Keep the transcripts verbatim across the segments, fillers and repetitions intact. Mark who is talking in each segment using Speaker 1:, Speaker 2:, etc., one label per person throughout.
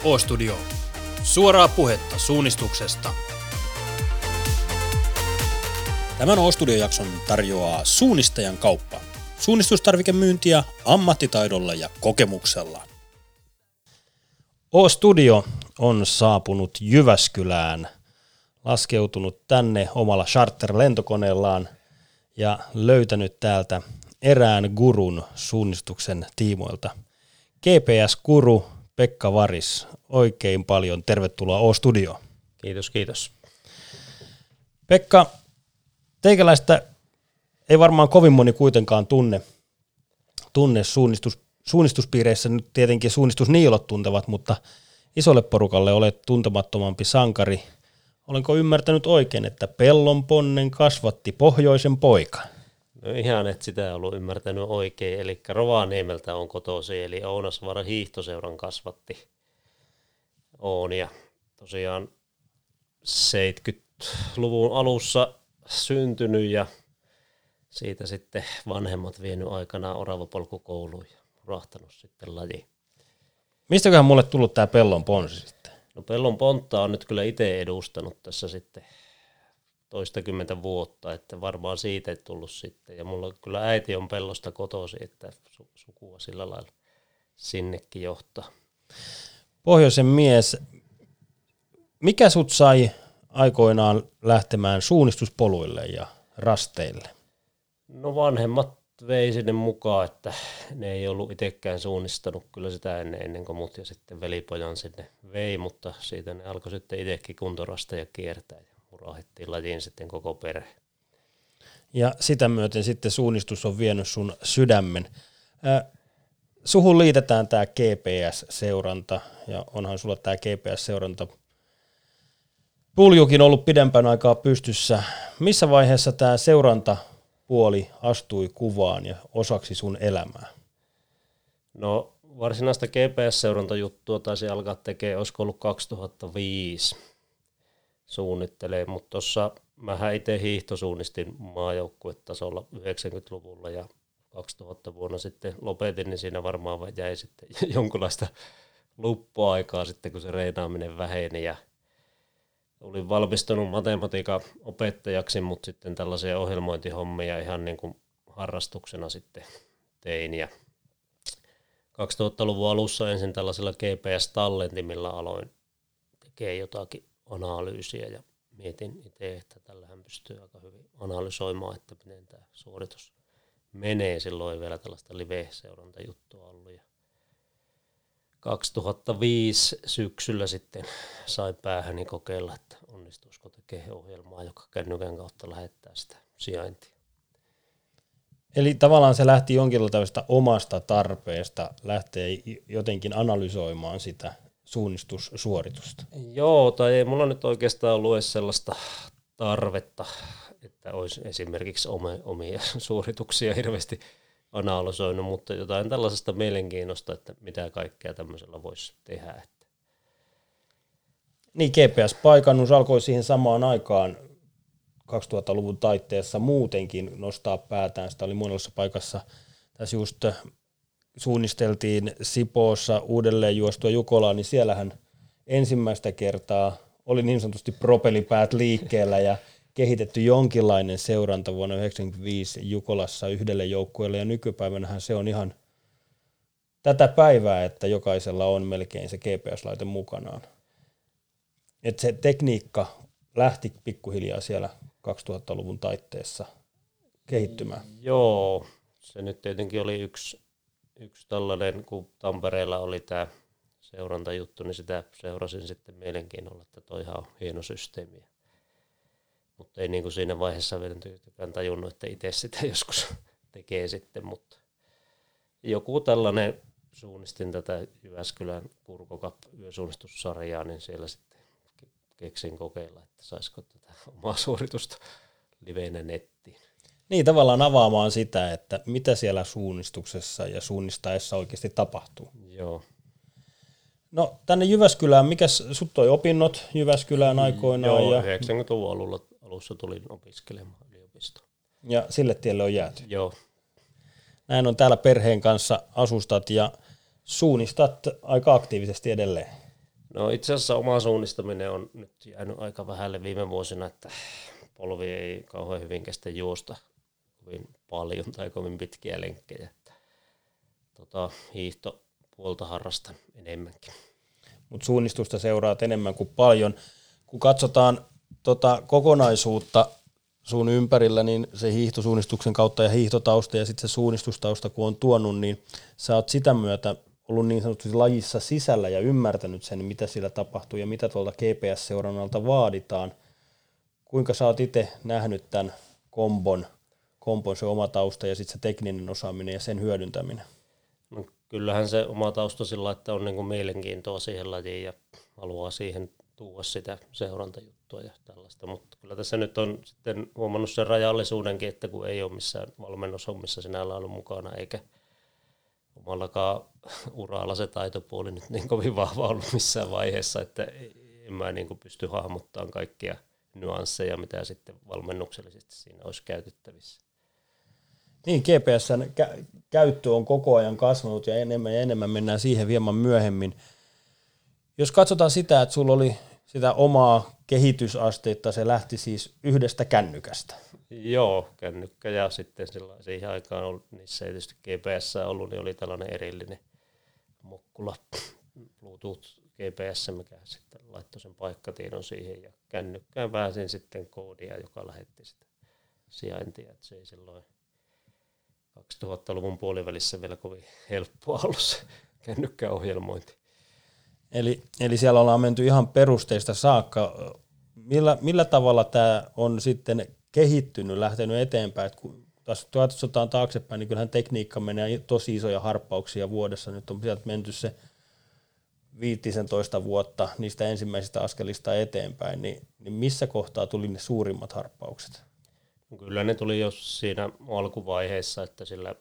Speaker 1: O-Studio. Suoraa puhetta suunnistuksesta. Tämän O-Studio-jakson tarjoaa Suunnistajan kauppa. Suunnistustarvikemyyntiä ammattitaidolla ja kokemuksella. O-Studio on saapunut Jyväskylään, laskeutunut tänne omalla charter-lentokoneellaan ja löytänyt täältä erään gurun suunnistuksen tiimoilta. G P S-guru Pekka Varis, oikein paljon tervetuloa O-Studioon.
Speaker 2: Kiitos, kiitos.
Speaker 1: Pekka, teikäläistä ei varmaan kovin moni kuitenkaan tunne, tunne suunnistus, suunnistuspiireissä, nyt tietenkin suunnistusniilot tuntevat, mutta isolle porukalle olet tuntemattomampi sankari. Olenko ymmärtänyt oikein, että Pellonponnen kasvatti pohjoisen poika?
Speaker 2: No ihan, että sitä ei ollut ymmärtänyt oikein, eli Rovaniemeltä on kotoisin, eli Ounasvaaran hiihtoseuran kasvatti on, ja tosiaan seitsemänkymmentäluvun alussa syntynyt, ja siitä sitten vanhemmat vienyt aikanaan oravapolkukouluun ja rahtanut sitten lajiin.
Speaker 1: Mistäköhän mulle tullut tää Pellonponsi sitten?
Speaker 2: No Pellonpontta on nyt kyllä itse edustanut tässä sitten toistakymmentä vuotta, että varmaan siitä ei tullut sitten. Ja mulla kyllä äiti on Pellosta kotoisin, että su- sukua sillä lailla sinnekin johtaa.
Speaker 1: Pohjoisen mies, mikä sut sai aikoinaan lähtemään suunnistuspoluille ja rasteille?
Speaker 2: No vanhemmat vei sinne mukaan, että ne ei ollut itsekään suunnistanut kyllä sitä ennen, ennen kuin mut ja sitten velipojan sinne vei, mutta siitä ne alkoi sitten itsekin kuntorasteja kiertää ja murahittiin lajiin sitten koko perhe.
Speaker 1: Ja sitä myöten sitten suunnistus on vienyt sun sydämen. Äh, suhun liitetään tämä G P S-seuranta, ja onhan sulla tämä G P S-seuranta puljukin ollut pidempään aikaa pystyssä. Missä vaiheessa tämä seurantapuoli astui kuvaan ja osaksi sun elämää?
Speaker 2: No varsinaista G P S-seurantajuttua taisi alkaa tekemään, olisiko ollut kaksituhattaviisi suunnittelee, mutta tuossa mähän itse hiihtosuunnistin maajoukkuetasolla yhdeksänkymmentäluvulla ja kaksituhatta vuonna sitten lopetin, niin siinä varmaan jäi sitten jonkunlaista luppuaikaa sitten, kun se reinaaminen väheni ja olin valmistunut matematiikan opettajaksi, mutta sitten tällaisia ohjelmointihommia ihan niin kuin harrastuksena sitten tein ja kaksituhattaluvun alussa ensin tällaisella G P S-tallentimilla aloin tekemään jotakin analyysiä ja mietin itse, että tällähän pystyy aika hyvin analysoimaan, että miten tämä suoritus menee. Silloin ei vielä tällaista live-seurantajuttua ollut. Ja kaksituhattaviisi syksyllä sitten sai päähäni kokeilla, että onnistuisiko tekemään ohjelmaa, joka kännykän kautta lähettää sitä sijaintia.
Speaker 1: Eli tavallaan se lähti jonkinlaista omasta tarpeesta lähteä jotenkin analysoimaan sitä suunnistussuoritusta.
Speaker 2: Joo, tai ei mulla nyt oikeastaan ollut edes sellaista tarvetta, että olisi esimerkiksi omia suorituksia hirveästi analysoinut, mutta jotain tällaisesta mielenkiinnosta, että mitä kaikkea tämmöisellä voisi tehdä.
Speaker 1: Niin, G P S-paikannus alkoi siihen samaan aikaan kaksituhattaluvun taitteessa muutenkin nostaa päätään. Sitä oli monessa paikassa. Tässä just suunnisteltiin Sipoossa uudelleen juostua Jukolaa, niin siellähän ensimmäistä kertaa oli niin sanotusti propellipäät liikkeellä ja kehitetty jonkinlainen seuranta vuonna yhdeksänkymmentäviisi Jukolassa yhdelle joukkueelle, ja nykypäivänähän se on ihan tätä päivää, että jokaisella on melkein se G P S-laite mukanaan. Että se tekniikka lähti pikkuhiljaa siellä kaksituhattaluvun taitteessa kehittymään.
Speaker 2: Joo, se nyt tietenkin oli yksi, yksi tällainen, kun Tampereella oli tämä seurantajuttu, niin sitä seurasin sitten mielenkiinnolla, että toi ihan on hieno systeemi. Mutta ei niin kuin siinä vaiheessa vielä tykkään tajunnut, että itse sitä joskus tekee sitten, mutta joku tällainen, suunnistin tätä Jyväskylän Kurko Cup yösuunnistussarjaa, niin siellä sitten keksin kokeilla, että saisiko tätä omaa suoritusta liveenä nettiin.
Speaker 1: Niin, tavallaan avaamaan sitä, että mitä siellä suunnistuksessa ja suunnistaessa oikeasti tapahtuu.
Speaker 2: Joo.
Speaker 1: No tänne Jyväskylään, mikäs sut toi opinnot Jyväskylään aikoinaan?
Speaker 2: Joo,
Speaker 1: ja
Speaker 2: yhdeksänkymmentäluvun alulla, alussa tulin opiskelemaan yliopistoon.
Speaker 1: Ja sille tielle on jääty.
Speaker 2: Joo.
Speaker 1: Näin on, täällä perheen kanssa asustat ja suunnistat aika aktiivisesti edelleen.
Speaker 2: No itse asiassa oma suunnistaminen on nyt jäänyt aika vähälle viime vuosina, että polvi ei kauhean hyvin kestä juosta kovin paljon tai kovin pitkiä lenkkejä. Että, tota, hiihtopuolta harrastan enemmänkin.
Speaker 1: Mutta suunnistusta seuraat enemmän kuin paljon. Kun katsotaan tota kokonaisuutta sun ympärillä, niin se hiihtosuunnistuksen kautta ja hiihtotausta ja sitten se suunnistustausta, kun on tuonut, niin sä oot sitä myötä ollut niin sanotusti lajissa sisällä ja ymmärtänyt sen, mitä siellä tapahtuu ja mitä tuolta G P S-seurannalta vaaditaan. Kuinka sä oot itse nähnyt tämän kombon, kombon se oma tausta ja sitten se tekninen osaaminen ja sen hyödyntäminen?
Speaker 2: No, kyllähän se oma tausta sillä, että on niinku mielenkiintoa siihen lajiin ja haluaa siihen tuoda sitä seurantajuttua ja tällaista, mutta kyllä tässä nyt on sitten huomannut sen rajallisuudenkin, että kun ei ole missään valmennushommissa sinällä ollut mukana, eikä omallakaan uralla se taitopuoli nyt niin kovin vahva ollut missään vaiheessa, että en mä niin kuin pysty hahmottamaan kaikkia nyansseja, mitä sitten valmennuksellisesti siinä olisi käytettävissä.
Speaker 1: Niin, G P S:n kä- käyttö on koko ajan kasvanut ja enemmän ja enemmän mennään siihen hieman myöhemmin. Jos katsotaan sitä, että sulla oli sitä omaa kehitysastetta, se lähti siis yhdestä kännykästä.
Speaker 2: Joo, kännykkä ja sitten sillä, siihen aikaan oli, niissä ei tietysti G P S ollut, niin oli tällainen erillinen mokkula Bluetooth G P S, mikä sitten laittoi sen paikkatiedon siihen ja kännykkään pääsin sitten koodia, joka lähetti sitä sijaintia, että se ei silloin kaksituhattaluvun puolivälissä vielä kovin helppoa ollut se kännykkäohjelmointi.
Speaker 1: Eli, eli siellä ollaan menty ihan perusteista saakka. Millä, millä tavalla tämä on sitten kehittynyt, lähtenyt eteenpäin? Et kun taas katsotaan taaksepäin, niin kyllähän tekniikka menee tosi isoja harppauksia vuodessa. Nyt on sieltä menty se viisitoista vuotta niistä ensimmäisistä askelista eteenpäin. Niin, niin missä kohtaa tuli ne suurimmat harppaukset?
Speaker 2: Kyllä ne tuli jo siinä alkuvaiheessa, että sillä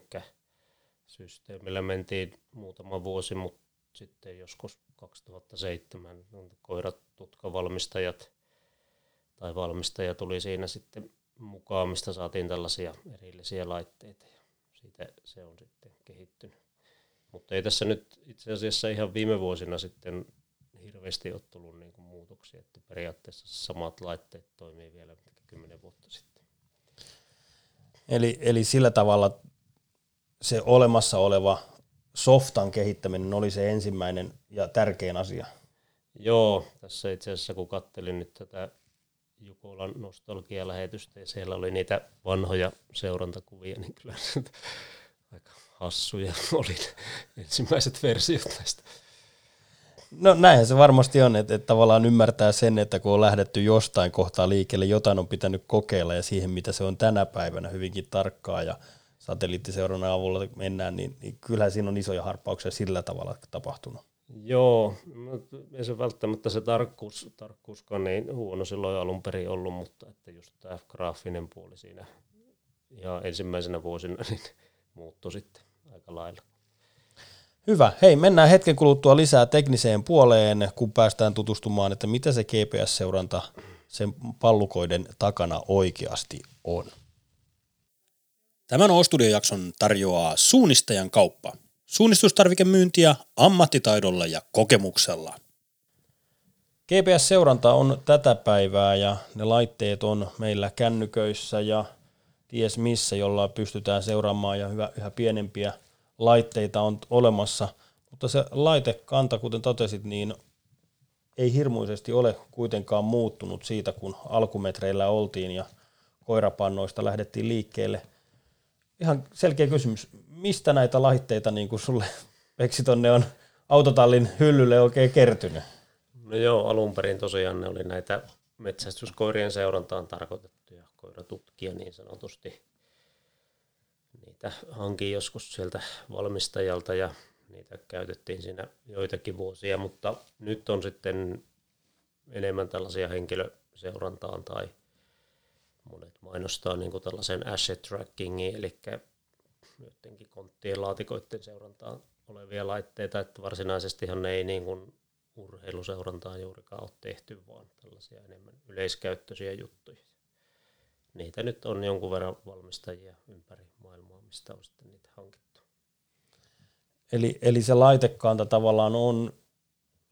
Speaker 2: kännykkäsysteemillä mentiin muutama vuosi, mutta sitten joskus kaksituhattaseitsemän koirat, tutkavalmistajat tai valmistaja tuli siinä sitten mukaan, mistä saatiin tällaisia erillisiä laitteita ja siitä se on sitten kehittynyt. Mutta ei tässä nyt itse asiassa ihan viime vuosina sitten hirveästi ole tullut niinku muutoksia, että periaatteessa samat laitteet toimii vielä kymmenen vuotta sitten.
Speaker 1: Eli, eli sillä tavalla se olemassa oleva softan kehittäminen oli se ensimmäinen ja tärkein asia.
Speaker 2: Joo, tässä itse asiassa kun kattelin nyt tätä Jukolan nostalgia-lähetystä ja siellä oli niitä vanhoja seurantakuvia, niin kyllä aika hassuja oli ensimmäiset versiot näistä.
Speaker 1: No näinhän se varmasti on, että, että tavallaan ymmärtää sen, että kun on lähdetty jostain kohtaa liikkeelle, jotain on pitänyt kokeilla ja siihen, mitä se on tänä päivänä hyvinkin tarkkaa ja satelliittiseurannan avulla mennään, niin, niin kyllähän siinä on isoja harppauksia sillä tavalla tapahtunut.
Speaker 2: Joo, ei se välttämättä se tarkkuus, tarkkuuskaan niin huono silloin alun perin ollut, mutta että just tämä graafinen puoli siinä ihan ensimmäisenä vuosina niin muuttui sitten aika lailla.
Speaker 1: Hyvä. Hei, mennään hetken kuluttua lisää tekniseen puoleen, kun päästään tutustumaan, että mitä se G P S-seuranta sen pallukoiden takana oikeasti on. Tämän O-studiojakson tarjoaa Suunnistajan kauppa. Suunnistustarvikemyyntiä ammattitaidolla ja kokemuksella. G P S-seuranta on tätä päivää ja ne laitteet on meillä kännyköissä ja ties missä, jolla pystytään seuraamaan ja yhä, yhä pienempiä laitteita on olemassa, mutta se laitekanta, kuten totesit, niin ei hirmuisesti ole kuitenkaan muuttunut siitä, kun alkumetreillä oltiin ja koirapannoista lähdettiin liikkeelle. Ihan selkeä kysymys, mistä näitä laitteita niin kuin sulle, Peksi, tonne on autotallin hyllylle oikein kertynyt?
Speaker 2: No joo, alun perin tosiaan ne oli näitä metsästyskoirien seurantaan tarkoitettuja koiratutkia niin sanotusti. Niitä hankin joskus sieltä valmistajalta ja niitä käytettiin siinä joitakin vuosia, mutta nyt on sitten enemmän tällaisia henkilöseurantaan tai monet mainostaa niin kuin tällaisen asset trackingin, eli jotenkin konttien laatikoiden seurantaan olevia laitteita, että varsinaisestihan ne ei niin kuin urheiluseurantaan juurikaan ole tehty, vaan tällaisia enemmän yleiskäyttöisiä juttuja. Niitä nyt on jonkun verran valmistajia ympäri maailmaa, mistä on sitten niitä hankittu.
Speaker 1: Eli, eli se laitekanta tavallaan on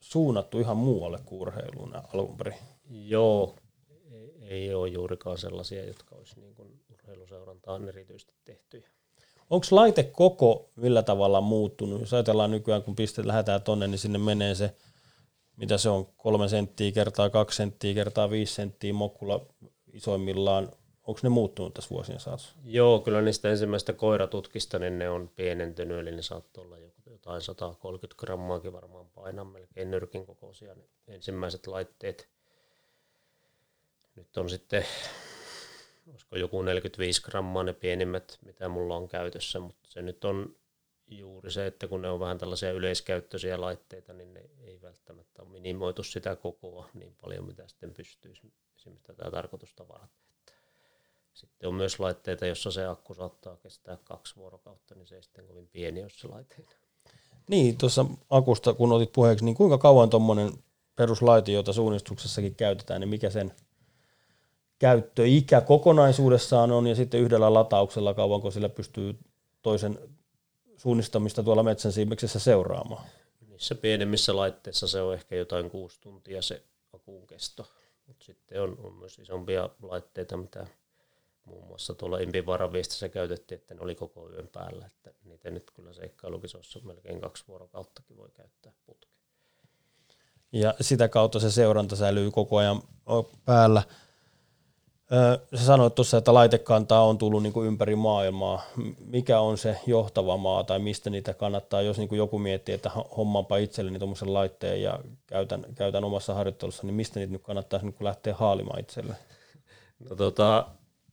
Speaker 1: suunnattu ihan muualle kuin urheiluun alun perin.
Speaker 2: Joo, ei, ei ole juurikaan sellaisia, jotka olisi niin kuin urheiluseurantaan erityisesti tehty.
Speaker 1: Onko laite koko millä tavalla muuttunut? Jos ajatellaan nykyään, kun pisteet lähdetään tonne, niin sinne menee se, mitä se on, kolme senttiä kertaa kaksi senttiä kertaa viisi senttiä mokkula isoimmillaan. Onko ne muuttunut tässä vuosien saatossa?
Speaker 2: Joo, kyllä niistä ensimmäistä koiratutkista niin ne on pienentynyt, eli ne saattoi olla jotain sata kolmekymmentä grammaakin varmaan painaa, melkein nyrkin kokoisia ne ensimmäiset laitteet. Nyt on sitten, olisiko joku neljäkymmentäviisi grammaa ne pienimmät, mitä mulla on käytössä, mutta se nyt on juuri se, että kun ne on vähän tällaisia yleiskäyttöisiä laitteita, niin ne ei välttämättä ole minimoitu sitä kokoa niin paljon, mitä sitten pystyisi esimerkiksi tätä tarkoitusta varten. Sitten on myös laitteita, jossa se akku saattaa kestää kaksi vuorokautta, niin se ei sitten kovin pieni ole se laite.
Speaker 1: Niin, tuossa akusta kun otit puheeksi, niin kuinka kauan tuommoinen peruslaite, jota suunnistuksessakin käytetään, niin mikä sen käyttöikä kokonaisuudessaan on, ja sitten yhdellä latauksella kauanko sillä pystyy toisen suunnistamista tuolla metsän siimeksessä seuraamaan?
Speaker 2: Niissä pienemmissä laitteissa se on ehkä jotain kuusi tuntia se akun kesto, mutta sitten on, on myös isompia laitteita, mitä muun muassa tuolla Impivaaran viestissä käytettiin, että ne oli koko yön päällä, että niitä nyt kyllä seikkailukisoissa melkein kaksi vuorokauttakin voi käyttää putkeen.
Speaker 1: Ja sitä kautta se seuranta säilyy koko ajan päällä. Sä sanoit tuossa, että laitekantaa on tullut niin kuin ympäri maailmaa. Mikä on se johtava maa tai mistä niitä kannattaa, jos niin kuin joku miettii, että hommaanpa itselleni tuommoisen laitteen ja käytän, käytän omassa harjoittelussa, niin mistä niitä nyt kannattaa niin kuin lähteä haalimaan itselle?
Speaker 2: No tota,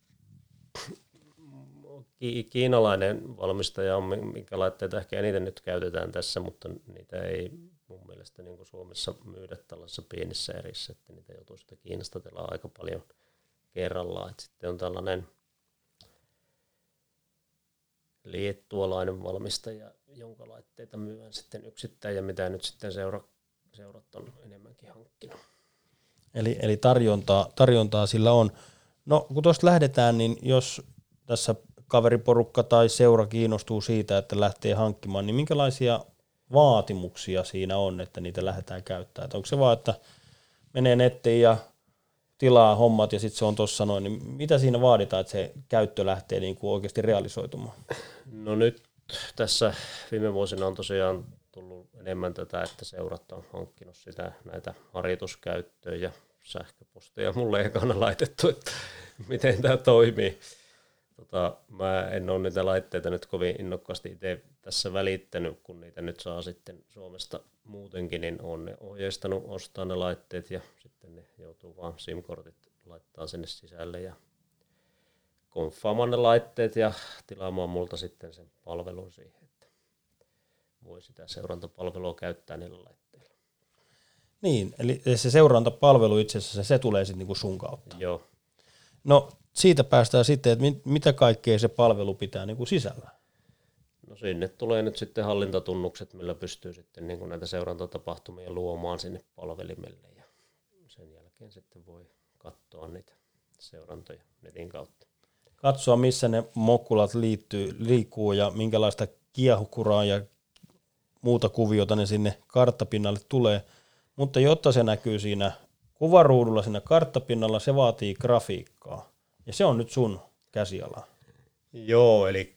Speaker 2: kiinalainen valmistaja on, minkä laitteita ehkä eniten nyt käytetään tässä, mutta niitä ei mun mielestä niin kuin Suomessa myydä tällaisissa pienissä erissä, että niitä joutuu sitten Kiinasta tilaa aika paljon kerrallaan. Et sitten on tällainen liettualainen valmistaja, jonka laitteita myydään sitten yksittäin ja mitä nyt sitten seura, seurat on enemmänkin hankkinut.
Speaker 1: Eli, eli tarjontaa, tarjontaa sillä on. No kun tuosta lähdetään, niin jos tässä kaveriporukka tai seura kiinnostuu siitä, että lähtee hankkimaan, niin minkälaisia vaatimuksia siinä on, että niitä lähdetään käyttämään? Että onko se vaan, että menee nettiin ja tilaa hommat ja sitten se on tuossa noin, niin mitä siinä vaaditaan, että se käyttö lähtee niin kuin oikeasti realisoitumaan?
Speaker 2: No nyt tässä viime vuosina on tosiaan tullut enemmän tätä, että seurat on hankkinut sitä näitä harjoituskäyttöön ja sähköposteja mulle ekana laitettu, että miten tämä toimii. Tota, mä en ole niitä laitteita nyt kovin innokkaasti itse tässä välittänyt, kun niitä nyt saa sitten Suomesta muutenkin, niin on ne ohjeistanut ostaa ne laitteet ja sitten ne joutuu vaan SIM-kortit laittaa sinne sisälle ja konfaamaan ne laitteet ja tilaamaan multa sitten sen palvelun siihen, että voi sitä seurantapalvelua käyttää niillä laitteilla.
Speaker 1: Niin, eli se seurantapalvelu itse asiassa se tulee sitten niinku sun kautta.
Speaker 2: Joo.
Speaker 1: No siitä päästään sitten, että mit, mitä kaikkea se palvelu pitää niinku sisällä.
Speaker 2: No sinne tulee nyt sitten hallintatunnukset, millä pystyy sitten niin kuin näitä seurantatapahtumia luomaan sinne palvelimelle ja sen jälkeen sitten voi katsoa niitä seurantoja netin kautta.
Speaker 1: Katsoa, missä ne mokkulat liittyy, liikkuu ja minkälaista kiehukuraa ja muuta kuviota ne sinne karttapinnalle tulee. Mutta jotta se näkyy siinä kuvaruudulla siinä karttapinnalla, se vaatii grafiikkaa. Ja se on nyt sun käsiala.
Speaker 2: Joo, eli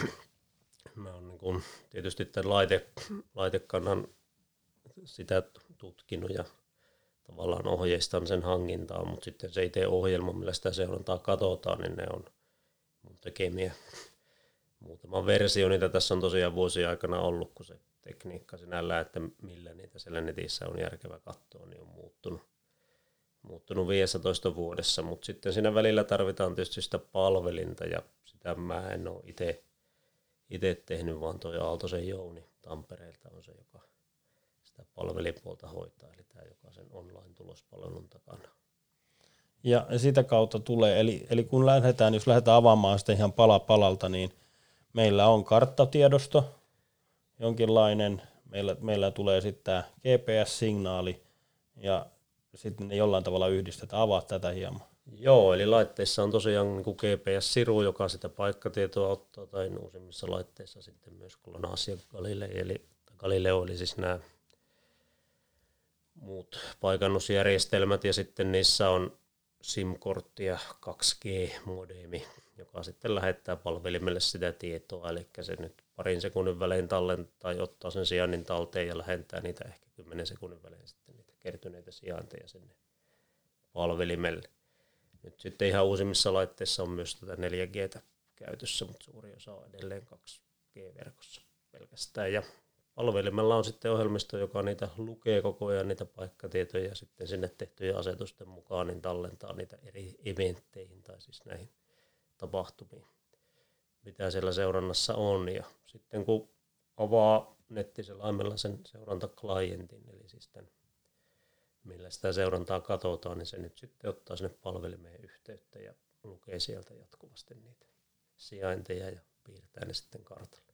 Speaker 2: mä oon niin kun tietysti tämän laite, laitekannan sitä tutkinut ja tavallaan ohjeistan sen hankintaa, mutta sitten se itse ohjelma, millä sitä seurantaa katsotaan, niin ne on mun tekemiä. Muutama versio niitä tässä on tosiaan vuosien aikana ollut, kun se tekniikka sinällään, että millä niitä siellä netissä on järkevä katsoa, niin on muuttunut, muuttunut viisitoista vuodessa, mutta sitten siinä välillä tarvitaan tietysti sitä palvelinta ja sitä mä en ole itse itse tehnyt, vaan toi Aaltosen Jouni Tampereelta on se, joka sitä palvelinpuolta hoitaa, eli tämä joka sen online-tulospalvelun takana.
Speaker 1: Ja sitä kautta tulee, eli, eli kun lähdetään, jos lähdetään avaamaan sitä ihan pala palalta, niin meillä on karttatiedosto jonkinlainen, meillä, meillä tulee sitten tämä G P S-signaali, ja sitten ne jollain tavalla yhdistetään. Avaa tätä hieman.
Speaker 2: Joo, eli laitteissa on tosiaan niin kuin G P S-siru, joka sitä paikkatietoa ottaa, tai uusimmissa laitteissa sitten myös GLONASS ja Galileo, eli, Galileo, eli siis nämä muut paikannusjärjestelmät ja sitten niissä on SIM-kortti ja kaksi G-modemi, joka sitten lähettää palvelimelle sitä tietoa, eli se nyt parin sekunnin välein tallentaa tai ottaa sen sijainnin talteen ja lähentää niitä ehkä kymmenen sekunnin välein sitten niitä kertyneitä sijainteja sinne palvelimelle. Nyt sitten ihan uusimmissa laitteissa on myös tätä neljä G:tä käytössä, mutta suuri osa on edelleen kaksi G-verkossa pelkästään. Ja palvelimella on sitten ohjelmisto, joka niitä lukee koko ajan niitä paikkatietoja ja sitten sinne tehtyjen asetusten mukaan niin tallentaa niitä eri eventteihin tai siis näihin tapahtumiin, mitä siellä seurannassa on. Ja sitten kun avaa nettiselaimella sen seurantaklientin, eli siis tämän, millä sitä seurantaa katsotaan, niin se nyt sitten ottaa sinne palvelimeen yhteyttä ja lukee sieltä jatkuvasti niitä sijainteja ja piirtää ne sitten kartalle.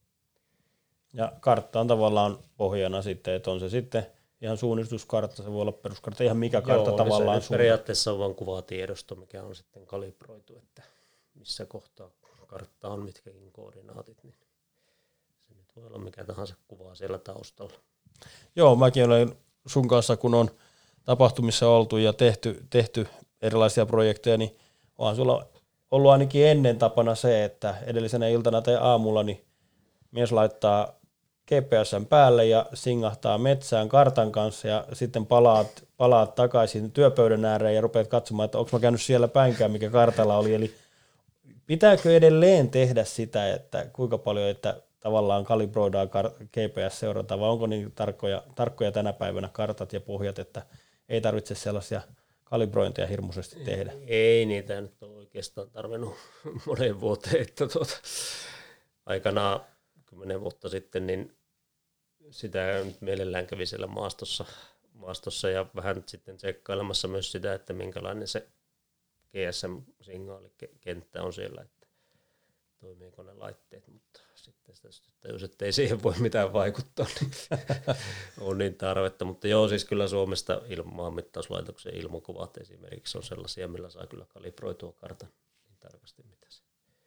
Speaker 1: Ja kartta on tavallaan pohjana sitten, että on se sitten ihan suunnistuskartta, se voi olla peruskartta, ihan mikä kartta
Speaker 2: Joo,
Speaker 1: tavallaan.
Speaker 2: Se periaatteessa on vain kuvatiedosto, mikä on sitten kalibroitu, että missä kohtaa kartta on, mitkäkin koordinaatit, niin se nyt voi olla mikä tahansa kuvaa siellä taustalla.
Speaker 1: Joo, mäkin olen sun kanssa, kun on tapahtumissa oltu ja tehty, tehty erilaisia projekteja, niin onhan sulla ollut ainakin ennen tapana se, että edellisenä iltana tai aamulla niin mies laittaa G P S:n päälle ja singahtaa metsään kartan kanssa ja sitten palaat, palaat takaisin työpöydän ääreen ja rupeat katsomaan, että onko mä käynyt siellä päinkään, mikä kartalla oli. Eli pitääkö edelleen tehdä sitä, että kuinka paljon, että tavallaan kalibroidaan G P S-seurantaa, vai onko niin tarkkoja, tarkkoja tänä päivänä kartat ja pohjat, että ei tarvitse sellaisia kalibrointeja hirmuisesti tehdä?
Speaker 2: Ei niitä nyt ole oikeastaan tarvinnut monen vuoteen, että tuota, aikanaan kymmenen vuotta sitten, niin sitä nyt mielellään kävi siellä maastossa, maastossa ja vähän sitten tsekkailemassa myös sitä, että minkälainen se G S M-signaalikenttä on siellä, että toimiiko ne laitteet, mutta sitten sitä tajus, että ei siihen voi mitään vaikuttaa, niin on niin tarvetta. Mutta joo, siis kyllä Suomesta maanmittauslaitoksen ilmakuvat esimerkiksi on sellaisia, millä saa kyllä kalibroitua kartan niin tarkasti, mitä se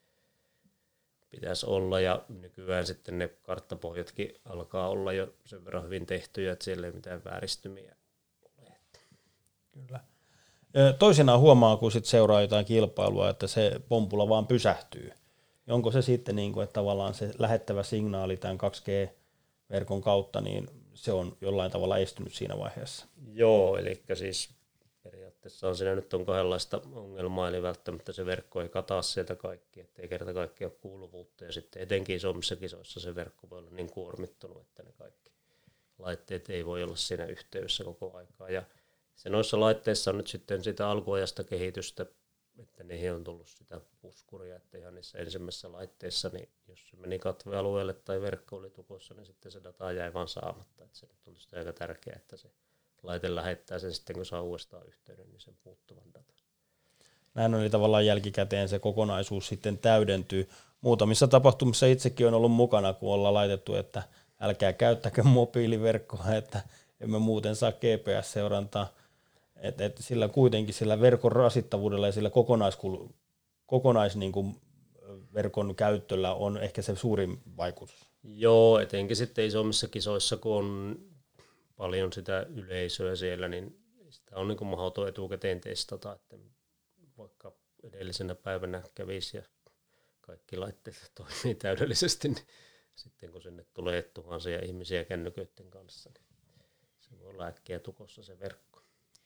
Speaker 2: pitäisi olla. Ja nykyään sitten ne karttapohjatkin alkaa olla jo sen verran hyvin tehtyjä, että siellä ei mitään vääristymiä ole.
Speaker 1: Kyllä. Toisinaan huomaa, kun sit seuraa jotain kilpailua, että se pompula vaan pysähtyy. Onko se sitten niin kuin, että tavallaan se lähettävä signaali tämän kaksi G-verkon kautta, niin se on jollain tavalla estynyt siinä vaiheessa?
Speaker 2: Joo, eli siis periaatteessa on siinä nyt on kahdenlaista ongelmaa, eli välttämättä se verkko ei kataa sieltä kaikki, ettei kerta kaikki ole kuuluvuutta, ja sitten etenkin isommissa kisoissa se verkko voi olla niin kuormittunut, että ne kaikki laitteet ei voi olla siinä yhteydessä koko aikaa, ja se noissa laitteissa on nyt sitten sitä alkuajasta kehitystä, että niihin on tullut sitä puskuria, että ihan niissä ensimmäisissä laitteissa, niin jos se meni katvealueelle tai verkko oli tukossa, niin sitten se data jäi vaan saamatta. Että se nyt on aika tärkeää, että se laite lähettää sen sitten, kun saa uudestaan yhteyden, niin sen puuttuvan datan.
Speaker 1: Näin on, eli tavallaan jälkikäteen se kokonaisuus sitten täydentyy. Muutamissa tapahtumissa itsekin on ollut mukana, kun ollaan laitettu, että älkää käyttäkö mobiiliverkkoa, että emme muuten saa G P S-seurantaa. Et, et sillä kuitenkin sillä verkon rasittavuudella ja sillä kokonaiskulu, kokonais niin kuin verkon käyttöllä on ehkä se suurin vaikutus.
Speaker 2: Joo, etenkin sitten isommissa kisoissa, kun on paljon sitä yleisöä siellä, niin sitä on niin kuin mahdoton etukäteen testata, että vaikka edellisenä päivänä kävisi ja kaikki laitteet toimii täydellisesti, niin sitten kun sinne tulee tuhansia ihmisiä kännyköiden kanssa, niin se voi olla äkkiä tukossa se verkko.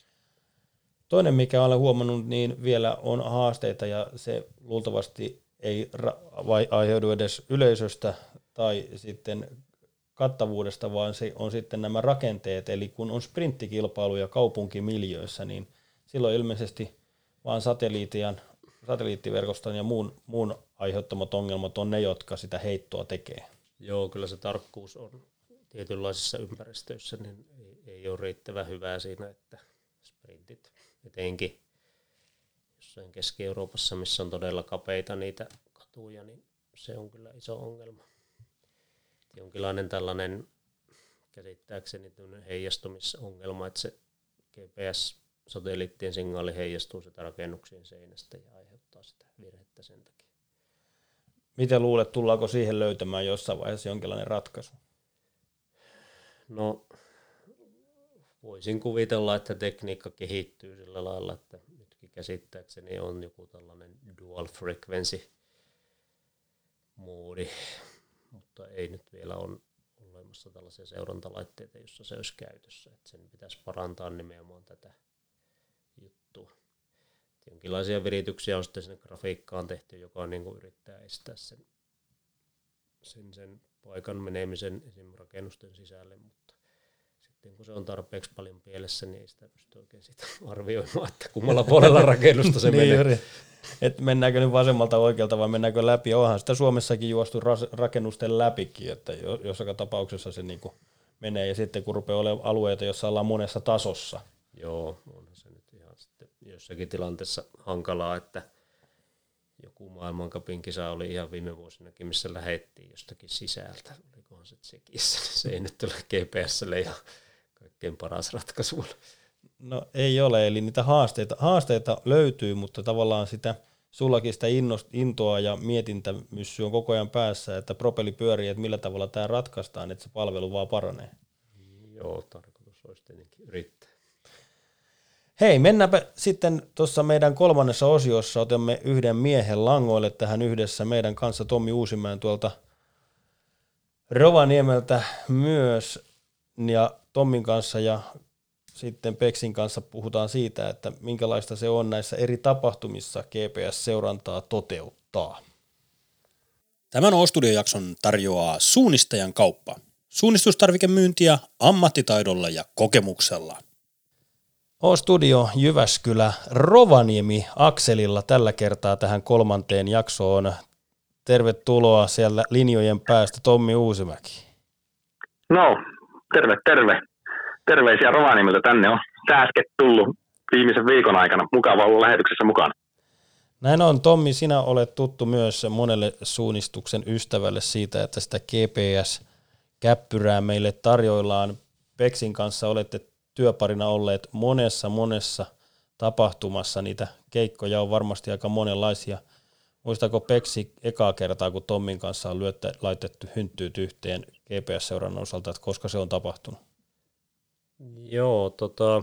Speaker 1: Toinen, mikä olen huomannut, niin vielä on haasteita ja se luultavasti ei ra- vai aiheudu edes yleisöstä tai sitten kattavuudesta, vaan se on sitten nämä rakenteet. Eli kun on sprinttikilpailuja kaupunkimiljöissä, niin silloin ilmeisesti vaan satelliitin, satelliittiverkoston ja muun, muun aiheuttamat ongelmat on ne, jotka sitä heittoa tekee.
Speaker 2: Joo, kyllä se tarkkuus on tietynlaisissa ympäristöissä, niin ei, ei ole riittävän hyvää siinä, että sprintit etenkin jossain Keski-Euroopassa, missä on todella kapeita niitä katuja, niin se on kyllä iso ongelma. Jonkinlainen tällainen käsittääkseni heijastumisongelma, että se G P S-satelliittien signaali heijastuu sitä rakennuksien seinästä ja aiheuttaa sitä virhettä sen takia.
Speaker 1: Miten luulet, tullaanko siihen löytämään jossain vaiheessa jonkinlainen ratkaisu?
Speaker 2: No voisin kuvitella, että tekniikka kehittyy sillä lailla, että nytkin käsittääkseni on joku tällainen dual frequency moodi, mutta ei nyt vielä ole olemassa tällaisia seurantalaitteita, joissa se olisi käytössä. Että sen pitäisi parantaa nimenomaan tätä juttua. Jonkinlaisia virityksiä on sitten sinne grafiikkaan tehty, joka niin kuin yrittää estää sen, sen, sen paikan menemisen esimerkiksi rakennusten sisälle, mutta sitten kun se on tarpeeksi paljon pielessä, niin ei sitä pysty oikein sitä arvioimaan, että kummalla puolella rakennusta se
Speaker 1: niin
Speaker 2: menee.
Speaker 1: Et mennäänkö nyt vasemmalta oikealta vai mennäänkö läpi? Onhan sitä Suomessakin juostu rakennusten läpikin, että jossakin tapauksessa se niinku menee ja sitten kun rupeaa olemaan alueita, joissa ollaan monessa tasossa.
Speaker 2: Joo, onhan se nyt ihan sitten jossakin tilanteessa hankalaa, että joku maailmancupin kisa oli ihan viime vuosinakin, missä lähettiin jostakin sisältä. Olikohan se Tsekissä, se ei nyt ole G P S:lle ihan kaikkein paras ratkaisu.
Speaker 1: No ei ole, eli niitä haasteita, haasteita löytyy, mutta tavallaan sitä sullakin sitä intoa ja mietintämyssy on koko ajan päässä, että propelli pyörii, että millä tavalla tämä ratkaistaan, että se palvelu vaan paranee.
Speaker 2: Joo, tarkoitus olisi tietenkin yrittää.
Speaker 1: Hei, mennäänpä sitten tuossa meidän kolmannessa osiossa, otamme yhden miehen langoille tähän yhdessä meidän kanssa, Tommi Uusimäen tuolta Rovaniemeltä myös, ja Tommin kanssa ja sitten Peksin kanssa puhutaan siitä, että minkälaista se on näissä eri tapahtumissa G P S-seurantaa toteuttaa.
Speaker 3: Tämän O-studiojakson tarjoaa Suunnistajan kauppa. Suunnistustarvikemyyntiä ammattitaidolla ja kokemuksella.
Speaker 1: O-studio Jyväskylä Rovaniemi akselilla tällä kertaa tähän kolmanteen jaksoon. Tervetuloa siellä linjojen päästä Tommi Uusimäki.
Speaker 4: No, terve, terve. Terveisiä Rovaniemeltä, tänne on sääsket tullut viimeisen viikon aikana. Mukava olla lähetyksessä mukana.
Speaker 1: Näin on, Tommi, sinä olet tuttu myös monelle suunnistuksen ystävälle siitä, että sitä G P S-käppyrää meille tarjoillaan. Peksin kanssa olette työparina olleet monessa monessa tapahtumassa, niitä keikkoja on varmasti aika monenlaisia. Muistaako Peksi ekaa kertaa, kun Tommin kanssa on lyöttä, laitettu hynttyyt yhteen G P S-seurannan osalta, että koska se on tapahtunut?
Speaker 2: Joo, tota,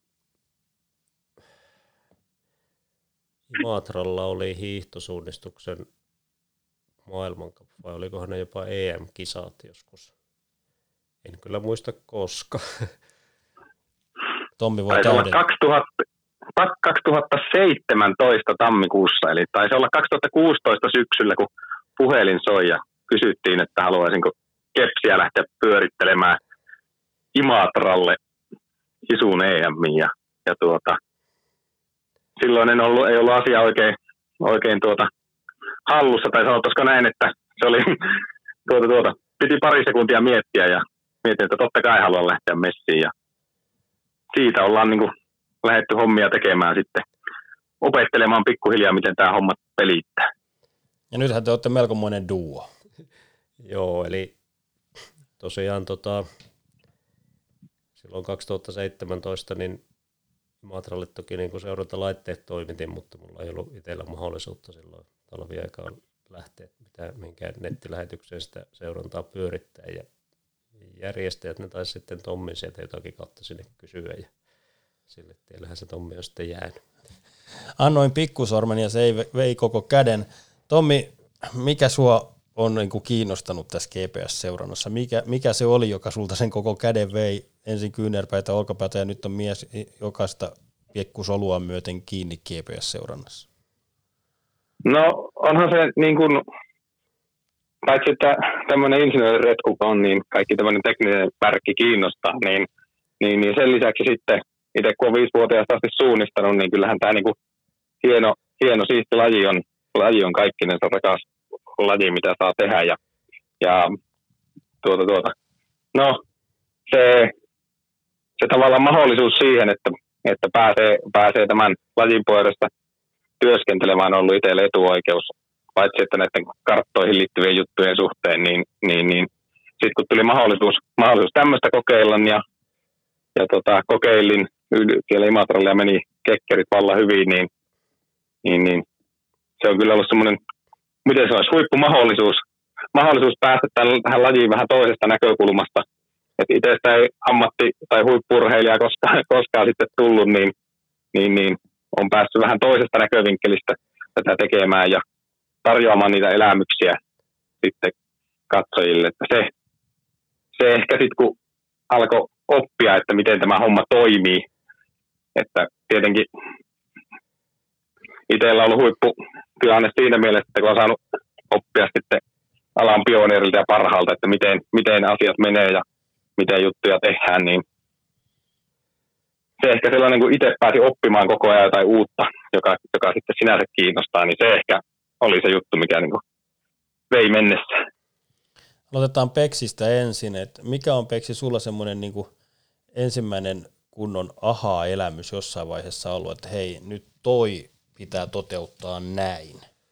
Speaker 2: Imatralla oli hiihtosuunnistuksen maailmancup, vai olikohan ne jopa E M-kisat joskus? En kyllä muista koska.
Speaker 1: Tommi voi
Speaker 4: taisi olla
Speaker 1: täydentää.
Speaker 4: kaksituhatta, kaksituhattaseitsemäntoista tammikuussa, eli taisi olla kaksituhattakuusitoista syksyllä, kun puhelin soi ja kysyttiin, että haluaisinko kepsiä lähteä pyörittelemään Imatralle Isuun E M:iin. Ja, ja tuota, silloin en ollut, ei ollut asia oikein, oikein tuota, hallussa, tai sanottaisiko näin, että se oli, tuota, tuota, piti pari sekuntia miettiä ja mietin, että totta kai haluan lähteä messiin. Ja siitä ollaan niin kuin lähdetty hommia tekemään sitten, opettelemaan pikkuhiljaa, miten tämä homma pelittää.
Speaker 1: Ja nythän te olette melkomoinen duo.
Speaker 2: Joo, eli tosiaan tota, silloin kaksituhattaseitsemäntoista niin Imatralle toki niin seurantalaitteet toimitin, mutta mulla ei ollut itsellä mahdollisuutta silloin talviaikaan lähteä mitään, mihinkään nettilähetykseen sitä seurantaa pyörittää. Ja järjestäjät, ne taisi sitten Tommin sieltä jotakin kautta sinne kysyä ja sille teillähän se Tommi on sitten jäänyt.
Speaker 1: Annoin pikkusormen ja se ei vei koko käden. Tommi, mikä sua on niin kuin kiinnostanut tässä G P S-seurannassa? Mikä, mikä se oli, joka sulta sen koko käden vei? Ensin kyynärpäitä, olkapäätä ja nyt on mies jokaista pikkusolua myöten kiinni G P S-seurannassa.
Speaker 4: No onhan se niin kuin, paitsi että tämmöinen insinööriretku on, niin kaikki tämmöinen tekninen värkki kiinnostaa, niin, niin, niin sen lisäksi sitten itse kun on viisivuotiaasta asti suunnistanut, niin kyllähän tämä niin kuin hieno, hieno siisti laji on, laji on kaikkinensa rakas laji, mitä saa tehdä. Ja, ja tuota, tuota. No, se, se tavallaan mahdollisuus siihen, että, että pääsee, pääsee tämän lajin puolesta työskentelemään, on ollut itselle etuoikeus, paitsi että näiden karttoihin liittyvien juttujen suhteen, niin, niin, niin sitten kun tuli mahdollisuus, mahdollisuus tämmöistä kokeilla, ja, ja tota, kokeilin siellä Imatralle ja meni kekkerit vallan hyvin, niin, niin, niin se on kyllä ollut semmoinen, miten se olisi, huippumahdollisuus mahdollisuus päästä tähän lajiin vähän toisesta näkökulmasta että itsestä ei ammatti- tai huippu-urheilija koskaan, koskaan sitten tullut, niin, niin, niin on päässyt vähän toisesta näkövinkkelistä tätä tekemään ja tarjoamaan niitä elämyksiä sitten katsojille. Että se, se ehkä sitten kun alkoi oppia, että miten tämä homma toimii, että tietenkin itsellä on ollut huipputilanne siinä mielessä, että kun on saanut oppia sitten alan pioneerilta ja parhaalta, että miten, miten asiat menee ja miten juttuja tehdään, niin se ehkä sellainen, kun itse pääsi oppimaan koko ajan jotain uutta, joka, joka sitten sinänsä kiinnostaa, niin se ehkä oli se juttu, mikä niin kuin vei mennessä.
Speaker 1: Aloitetaan Peksistä ensin, että mikä on Peksi sulla semmoinen niin kuin ensimmäinen kunnon aha-elämys jossain vaiheessa ollut, että hei, nyt toi pitää toteuttaa näin?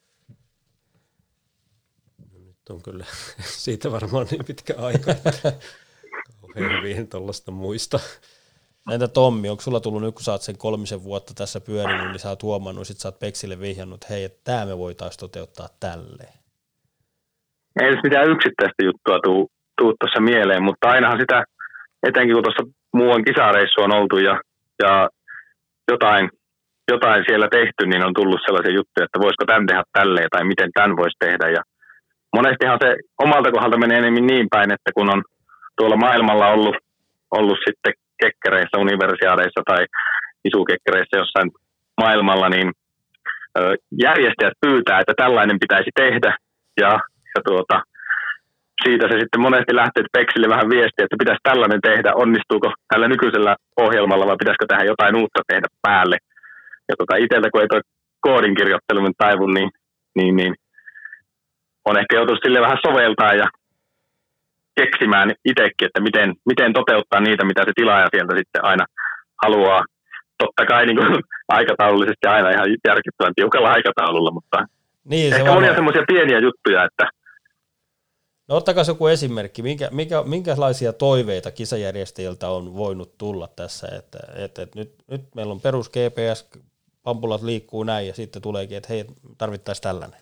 Speaker 2: No, nyt on kyllä siitä varmaan niin pitkä aika, että kauhean hyvin tuollaista muista.
Speaker 1: Entä Tommi, onko sulla tullut nyt, kun sä oot sen kolmisen vuotta tässä pyörinyt, niin sä oot huomannut, sit sä oot Peksille vihjannut, että hei, että tää me voitaisiin toteuttaa tälleen?
Speaker 4: Ei edes mitään yksittäistä juttua tuu, tuu tuossa mieleen, mutta ainahan sitä, etenkin kun tuossa muuan kisareissu on oltu ja, ja jotain, jotain siellä tehty, niin on tullut sellaisia juttuja, että voisiko tämän tehdä tälleen tai miten tämän voisi tehdä. Ja monestihan se omalta kohdalta menee enemmän niin päin, että kun on tuolla maailmalla ollut, ollut sitten kekkereissä, universiaadeissa tai isukekkereissä jossain maailmalla, niin ö, järjestäjät pyytää, että tällainen pitäisi tehdä ja, ja tuota, siitä se sitten monesti lähtee Peksille vähän viestiä, että pitäisi tällainen tehdä, onnistuuko tällä nykyisellä ohjelmalla vai pitäisikö tähän jotain uutta tehdä päälle. Ja tuota, itseltä kun ei tuo koodinkirjoittelu nyt taivu, niin, niin, niin on ehkä joutunut sille vähän soveltaa ja keksimään itsekin, että miten, miten toteuttaa niitä, mitä se tilaaja sieltä sitten aina haluaa. Totta kai niin kuin aikataulullisesti aina ihan järkyttävän tiukalla aikataululla, mutta
Speaker 1: niin,
Speaker 4: ehkä monia semmoisia pieniä juttuja, että
Speaker 1: no ottakaa joku esimerkki, minkä, minkä, minkälaisia toiveita kisajärjestäjiltä on voinut tulla tässä, että, että, että nyt, nyt meillä on perus G P S, pampulat liikkuu näin ja sitten tuleekin, että hei, tarvittaisiin tällainen.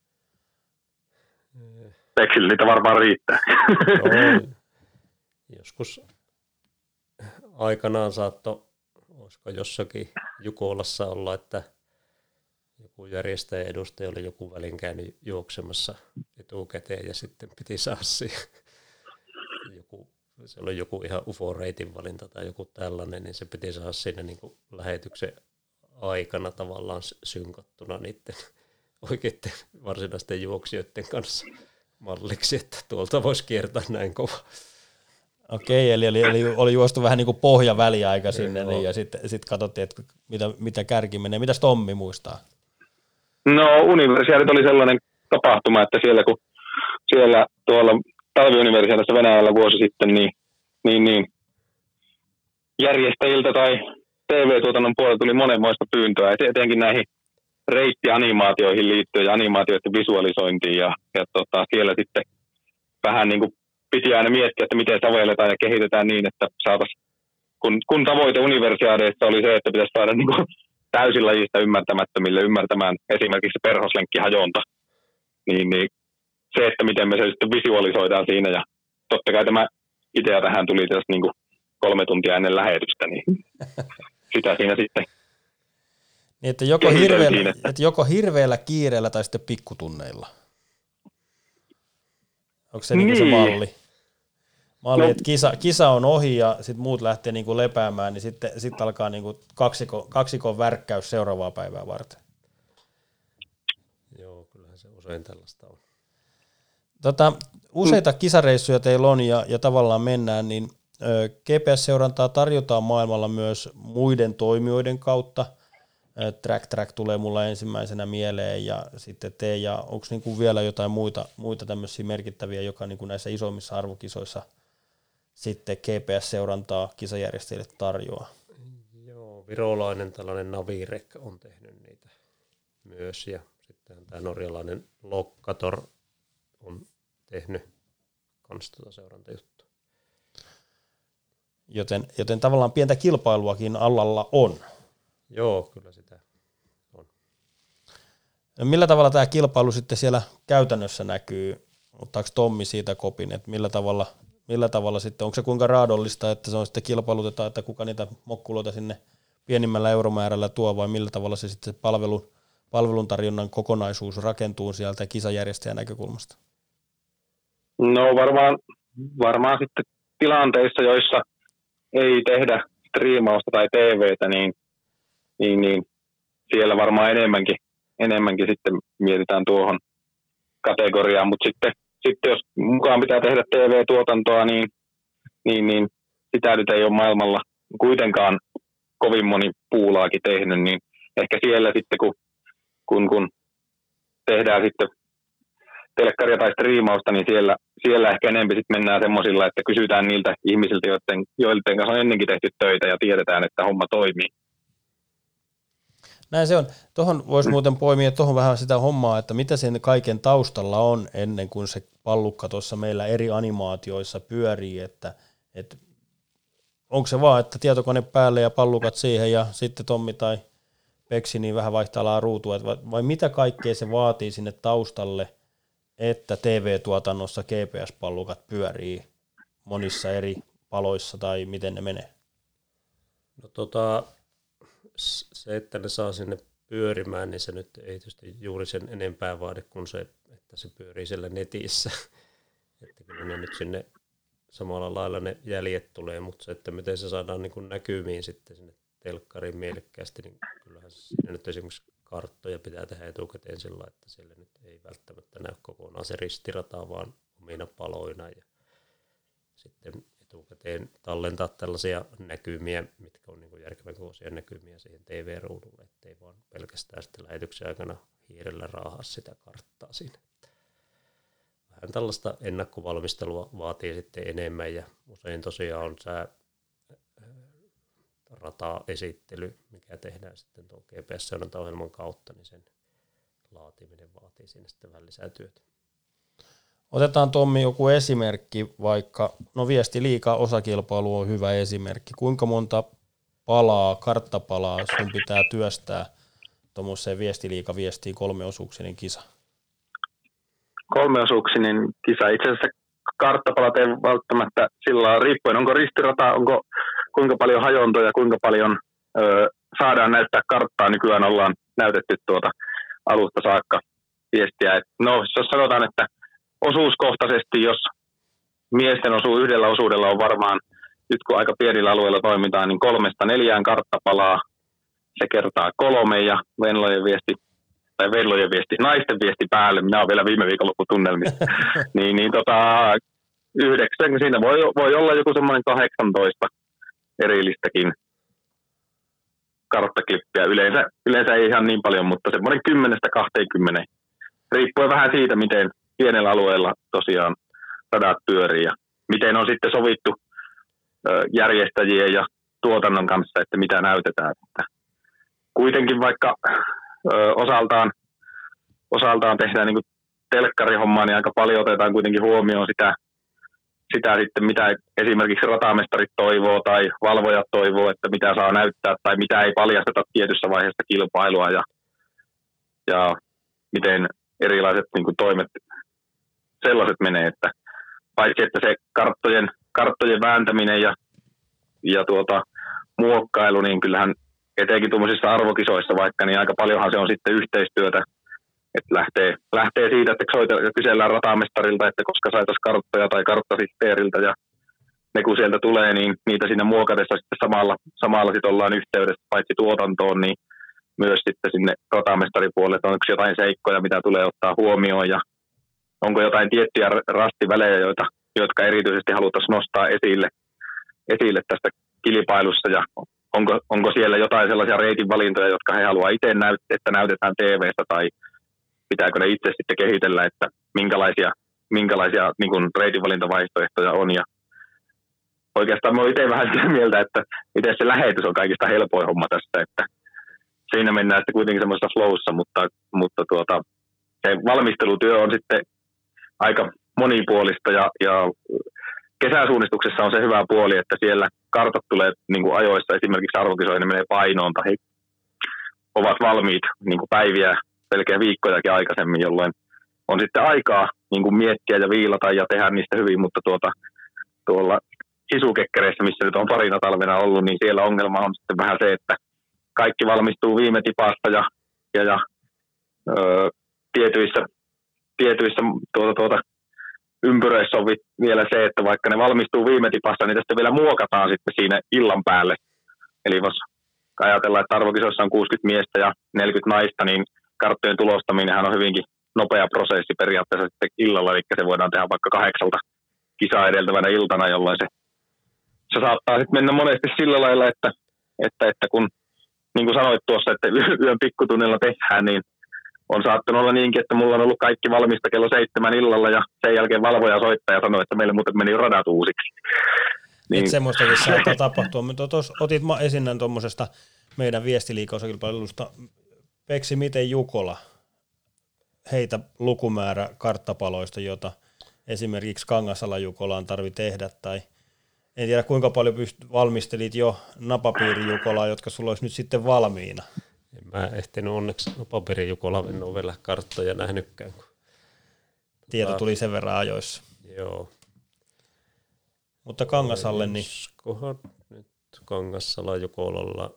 Speaker 4: Peksille niitä varmaan riittää.
Speaker 2: No, joskus aikanaan saattoi, olisiko jossakin Jukolassa olla, että joku järjestäjän edustaja oli joku välin käynyt juoksemassa etukäteen ja sitten piti saada siihen joku, se oli joku ihan U F O-reitin valinta tai joku tällainen, niin se piti saada siinä niin kuin lähetyksen aikana tavallaan synkattuna niiden oikeiden varsinaisten juoksijoiden kanssa malliksi, että tuolta voisi kiertää näin kova.
Speaker 1: Okei, eli, eli, eli oli juostu vähän niin kuin pohjaväliaika sinne niin, ja sitten sit katsottiin, että mitä, mitä kärki menee. Mitäs Tommi muistaa?
Speaker 4: No universiaatit oli sellainen tapahtuma, että siellä kun siellä tuolla talviuniversiaatissa Venäjällä vuosi sitten, niin, niin, niin järjestäjiltä tai T V-tuotannon puolelta tuli monenmoista pyyntöä, etenkin näihin reittianimaatioihin liittyen ja animaatioiden visualisointiin ja, ja tota, siellä sitten vähän niin kuin piti aina miettiä, että miten sovelletaan ja kehitetään niin, että saataisiin, kun, kun tavoite universiaadeissa oli se, että pitäisi saada niin kuin täysin lajista ymmärtämättömille ymmärtämään esimerkiksi perhoslenkkihajonta, niin, niin se, että miten me se sitten visualisoidaan siinä ja totta kai tämä idea tähän tuli tässä niin kuin kolme tuntia ennen lähetystä, niin sitä siinä sitten
Speaker 1: niin, että joko, hirveellä, että joko hirveällä kiireellä tai sitten pikkutunneilla. Onko se niin. Niin se malli? Malli, no. Että kisa, kisa on ohi ja sitten muut lähtee niinku lepäämään, niin sitten sit alkaa niinku kaksiko, kaksikon värkkäys seuraavaa päivää varten.
Speaker 2: Joo, kyllähän se usein tällaista on.
Speaker 1: Tota, useita kisareissuja teillä on ja, ja tavallaan mennään, niin ö, G P S-seurantaa tarjotaan maailmalla myös muiden toimijoiden kautta. Track Track tulee mulla ensimmäisenä mieleen ja sitten te, ja onko niinku vielä jotain muita, muita tämmöisiä merkittäviä, joka niinku näissä isommissa arvokisoissa sitten G P S-seurantaa kisajärjestäjille tarjoaa?
Speaker 2: Joo, virolainen tällainen Navirek on tehnyt niitä myös ja sitten tämä norjalainen Locator on tehnyt kans tuota seurantajuttua.
Speaker 1: Joten, joten tavallaan pientä kilpailuakin alalla on.
Speaker 2: Joo, kyllä sitä on.
Speaker 1: No millä tavalla tämä kilpailu sitten siellä käytännössä näkyy? Ottaako Tommi siitä kopin, että millä tavalla millä tavalla sitten, onko se kuinka raadollista, että se on sitten kilpailutetaan, että kuka niitä mokkuloita sinne pienimmällä euromäärällä tuo, vai millä tavalla se sitten palvelun, palveluntarjonnan kokonaisuus rakentuu sieltä kisajärjestäjän näkökulmasta?
Speaker 4: No varmaan, varmaan sitten tilanteissa, joissa ei tehdä striimausta tai T V:tä, niin, niin, niin siellä varmaan enemmänkin, enemmänkin sitten mietitään tuohon kategoriaan, mutta sitten, sitten jos mukaan pitää tehdä T V-tuotantoa, niin, niin, niin sitä nyt ei ole maailmalla kuitenkaan kovin moni puulaakin tehnyt, niin ehkä siellä sitten kun, kun, kun tehdään sitten telkkaria tai striimausta, niin siellä, siellä ehkä enemmän sitten mennään semmoisilla, että kysytään niiltä ihmisiltä, joiden, joiden kanssa on ennenkin tehty töitä ja tiedetään, että homma toimii.
Speaker 1: Näin se on. Tuohon voisi muuten poimia tuohon vähän sitä hommaa, että mitä sen kaiken taustalla on ennen kuin se pallukka tuossa meillä eri animaatioissa pyörii, että, että onko se vaan, että tietokone päälle ja pallukat siihen ja sitten Tommi tai Peksi niin vähän vaihtaa ruutua, vai, vai mitä kaikkea se vaatii sinne taustalle, että T V-tuotannossa G P S-pallukat pyörii monissa eri paloissa tai miten ne menee?
Speaker 2: No tota, se, että ne saa sinne pyörimään, niin se nyt ei tietysti juuri sen enempää vaade kuin se, että se pyörii siellä netissä. Että kyllä ne nyt sinne samalla lailla ne jäljet tulee, mutta se, että miten se saadaan niin kuin näkymiin sitten sinne telkkariin mielekkäästi, niin kyllähän sinne nyt esimerkiksi karttoja pitää tehdä etukäteen sillä, että siellä nyt ei välttämättä näy kokonaan se ristirata, vaan omina paloina ja sitten etukäteen tallentaa tällaisia näkymiä, mitkä on niin kuin järkevän kokoisia näkymiä siihen T V-ruudulle, ettei vaan pelkästään sitten lähetyksen aikana hiirellä raahaa sitä karttaa siinä. Vähän tällaista ennakkovalmistelua vaatii sitten enemmän ja usein tosiaan on sää rata-esittely, mikä tehdään sitten tuon G P S-seurantaohjelman kautta, niin sen laatiminen vaatii siinä sitten vähän lisää työtä.
Speaker 1: Otetaan Tommi joku esimerkki, vaikka, no viesti liikaa osakilpailu on hyvä esimerkki. Kuinka monta palaa, karttapalaa sun pitää työstää tuommoiseen viestiliika-viestiin kolmeosuuksinen kisa?
Speaker 4: Kolmeosuuksinen kisa. Itse asiassa karttapalat ei välttämättä sillä riippuen, onko ristirata, onko kuinka paljon hajontoja, kuinka paljon ö, saadaan näyttää karttaa. Nykyään ollaan näytetty tuota alusta saakka viestiä. Et no, jos sanotaan, että osuuskohtaisesti, jos miesten osuu yhdellä osuudella on varmaan, nyt kun aika pienillä alueilla toimitaan, niin kolmesta neljään karttapalaa, se kertaa kolme ja Venlojen viesti, tai Venlojen viesti, naisten viesti päälle, minä olen vielä viime viikonlopputunnelmissa, niin, niin tota, yhdeksän, siinä voi, voi olla joku semmoinen kahdeksantoista erillistäkin karttaklippiä. Yleensä, yleensä ei ihan niin paljon, mutta semmoinen kymmenestä kahteenkymmeneen. Riippuen vähän siitä, miten pienellä alueella tosiaan radat pyörii ja miten on sitten sovittu järjestäjien ja tuotannon kanssa, että mitä näytetään. Että kuitenkin vaikka ö, osaltaan, osaltaan tehdään niin kuin telkkarihommaa, niin aika paljon otetaan kuitenkin huomioon sitä, sitä sitten, mitä esimerkiksi ratamestarit toivoo tai valvojat toivoo, että mitä saa näyttää tai mitä ei paljasteta tietyssä vaiheessa kilpailua ja, ja miten erilaiset niin kuin toimet sellaiset menee, että paitsi että se karttojen, karttojen vääntäminen ja, ja tuota, muokkailu, niin kyllähän etenkin tuollaisissa arvokisoissa vaikka, niin aika paljonhan se on sitten yhteistyötä, että lähtee, lähtee siitä, että soitella, kysellään ratamestarilta, että koska saitaisiin karttoja tai karttasihteeriltä ja ne kun sieltä tulee, niin niitä siinä muokatessa sitten samalla, samalla sitten ollaan yhteydessä paitsi tuotantoon, niin myös sitten sinne ratamestaripuolelle, että onko jotain seikkoja, mitä tulee ottaa huomioon ja onko jotain tiettyjä rastivälejä, joita, jotka erityisesti haluttaisiin nostaa esille, esille tästä kilpailussa ja onko, onko siellä jotain sellaisia reitinvalintoja, jotka he haluaa itse näyttää, että näytetään T V:stä tai pitääkö ne itse sitten kehitellä, että minkälaisia, minkälaisia niin kuin reitinvalintavaihtoehtoja on ja oikeastaan mä olen itse vähän sitä mieltä, että itse se lähetys on kaikista helpoin homma tästä, että siinä mennään sitten kuitenkin semmoisessa flowssa, mutta, mutta tuota, se valmistelutyö on sitten aika monipuolista ja, ja kesäsuunnistuksessa on se hyvä puoli, että siellä kartat tulee niin kuin ajoissa, esimerkiksi arvokisoihin ne menee painoon tai ovat valmiit niin kuin päiviä, pelkää viikkojakin aikaisemmin, jolloin on sitten aikaa niin kuin miettiä ja viilata ja tehdä niistä hyvin, mutta tuota, tuolla Hisukekkereissä, missä nyt on parina talvena ollut, niin siellä ongelma on sitten vähän se, että kaikki valmistuu viime tipasta ja, ja, ja öö, tietyissä, tietyissä tuota, tuota, ympyröissä on vielä se, että vaikka ne valmistuu viime tipasta, niin tästä vielä muokataan sitten siinä illan päälle. Eli jos ajatellaan, että arvokisoissa on kuusikymmentä miestä ja neljäkymmentä naista, niin karttojen tulostaminenhan on hyvinkin nopea prosessi periaatteessa sitten illalla, eli se voidaan tehdä vaikka kahdeksalta kisaa edeltävänä iltana, jolloin se, se saattaa sitten mennä monesti sillä lailla, että, että, että kun niin kuin sanoit tuossa, että yön pikkutunnilla tehdään, niin on saattanut olla niinkin, että mulla on ollut kaikki valmista kello seitsemän illalla ja sen jälkeen valvoja soittaa ja sanoi, että meille muuten meni radat uusiksi.
Speaker 1: Niin. Että semmoistakin saattaa tapahtua. Mutta tuossa otit esinnän tuommoisesta meidän viestiliikausakilpailusta. Peksi, miten Jukola heitä lukumäärä karttapaloista, jota esimerkiksi Kangasala Jukolaan tarvi tehdä, tai en tiedä kuinka paljon pyst- valmistelit jo napapiiri Jukolaa, jotka sulla olisi nyt sitten valmiina.
Speaker 2: En mä ehtinyt onneksi napapiiri Jukolaan, en ole vielä karttoja nähnytkään.
Speaker 1: Tieto tuli sen verran ajoissa.
Speaker 2: Joo.
Speaker 1: Mutta Kangasalle niin...
Speaker 2: Kohan nyt Kangasala Jukolalla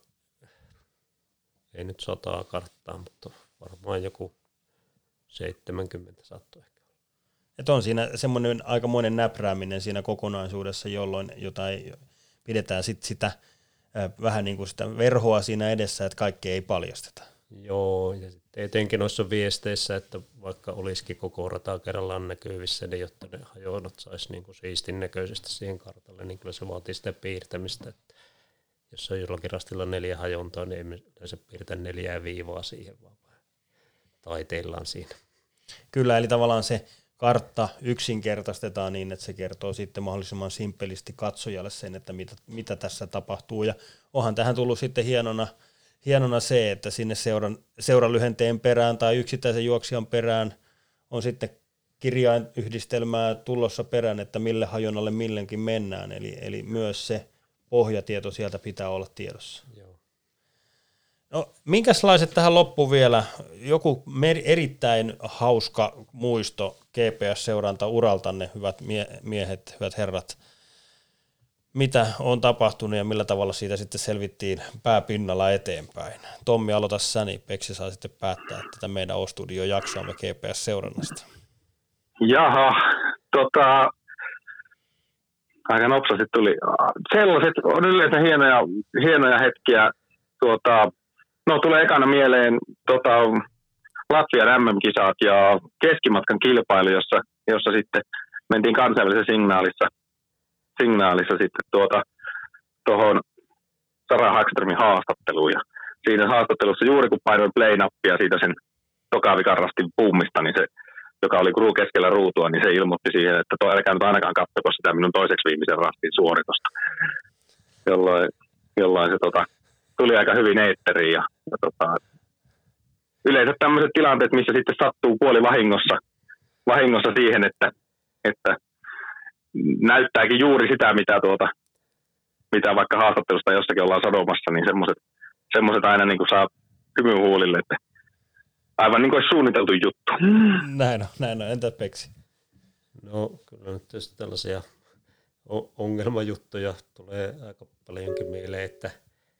Speaker 2: ei nyt sataa karttaa, mutta varmaan joku seitsemänkymmentä saattoi ehkä.
Speaker 1: Että on siinä semmoinen aikamoinen näprääminen siinä kokonaisuudessa, jolloin jota ei, pidetään sit sitä äh, vähän niin kuin sitä verhoa siinä edessä, että kaikkea ei paljasteta.
Speaker 2: Joo, ja sitten etenkin noissa viesteissä, että vaikka olisikin koko rata kerrallaan näkyvissä, niin jotta ne hajonat saisi niin kuin siistin näköisesti siihen kartalle, niin kyllä se vaatii sitä piirtämistä. Että jos on jollakin rastilla neljä hajontaa, niin ei yleensä piirtä neljää viivaa siihen, vaan taiteillaan siinä.
Speaker 1: Kyllä, eli tavallaan se kartta yksinkertaistetaan niin, että se kertoo sitten mahdollisimman simppelisti katsojalle sen, että mitä, mitä tässä tapahtuu. Ja onhan tähän tullut sitten hienona, hienona se, että sinne seuran, seuran lyhenteen perään tai yksittäisen juoksijan perään on sitten kirjainyhdistelmää tulossa perään, että mille hajonnalle millenkin mennään. Eli, eli myös se pohjatieto sieltä pitää olla tiedossa.
Speaker 2: Joo.
Speaker 1: No, minkälaiset tähän loppuun vielä? Joku mer- erittäin hauska muisto G P S-seuranta uraltanne, hyvät mie- miehet, hyvät herrat. Mitä on tapahtunut ja millä tavalla siitä sitten selvittiin pääpinnalla eteenpäin? Tommi, aloita sä, niin Peksi saa sitten päättää tätä meidän O-studio-jaksoamme G P S-seurannasta.
Speaker 4: Jaha, tota, aika nopsasti tuli. Sellaiset on yleensä hienoja, hienoja hetkiä. Tuota, no tulee ekana mieleen tota, Latvian M M-kisat ja keskimatkan kilpailu, jossa, jossa sitten mentiin kansainvälisessä signaalissa, signaalissa sitten tuota, tuohon Sara Hagströmin haastatteluun. Ja siinä haastattelussa juuri kun painoin play-nappia siitä sen tokavikarrastin puumista, niin se, joka oli ruu keskellä ruutua, niin se ilmoitti siihen, että to, älkää nyt ainakaan katsoko sitä minun toiseksi viimeisen rastin suoritusta. Jolloin, jolloin se tota, tuli aika hyvin eetteriin. Ja, ja tota, yleensä tämmöiset tilanteet, missä sitten sattuu puoli vahingossa, vahingossa siihen, että, että näyttääkin juuri sitä, mitä, tuota, mitä vaikka haastattelusta jossakin ollaan sanomassa, niin semmoiset, semmoiset aina niin kuin saa hymyn huulille, että aivan niin kuin olisi suunniteltu juttu.
Speaker 1: Näin on, näin on. Entä Peksi?
Speaker 2: No kyllä nyt tietysti tällaisia ongelmajuttuja tulee aika paljonkin mieleen, että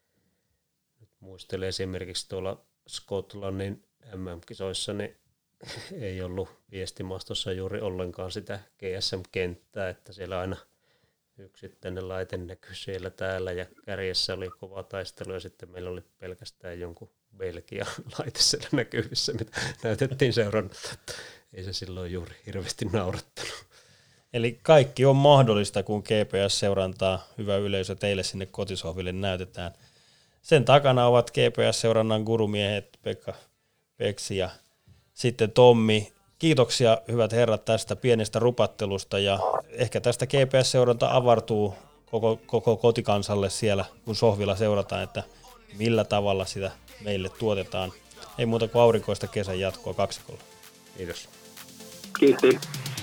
Speaker 2: muistelen esimerkiksi tuolla Skotlannin M M-kisoissa, niin ei ollut viestimastossa juuri ollenkaan sitä G S M-kenttää, että siellä aina yksittäinen laite näkyi siellä täällä ja kärjessä oli kova taistelu ja sitten meillä oli pelkästään jonkun Belgian laite siellä näkyvissä, mitä näytettiin seurannut. Ei se silloin juuri hirveästi naurattanut.
Speaker 1: Eli kaikki on mahdollista, kun G P S-seurantaa, hyvä yleisö, teille sinne kotisohville näytetään. Sen takana ovat G P S-seurannan gurumiehet Pekka, Peksi ja sitten Tommi. Kiitoksia hyvät herrat tästä pienestä rupattelusta ja ehkä tästä G P S-seuranta avartuu koko, koko kotikansalle siellä, kun sohvilla seurataan, että millä tavalla sitä meille tuotetaan. Ei muuta kuin aurinkoista kesän jatkoa kaksikolla.
Speaker 2: Kiitos.
Speaker 4: Kiitos.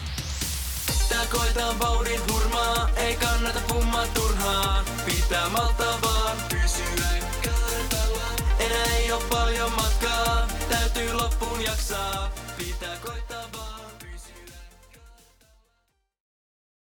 Speaker 5: Tää koetaan vauhdin hurmaa, ei kannata pummaa turhaan. Pitää maltaa vaan pysyä kartalla. Enää ei oo paljon matkaa, täytyy loppuun jaksaa.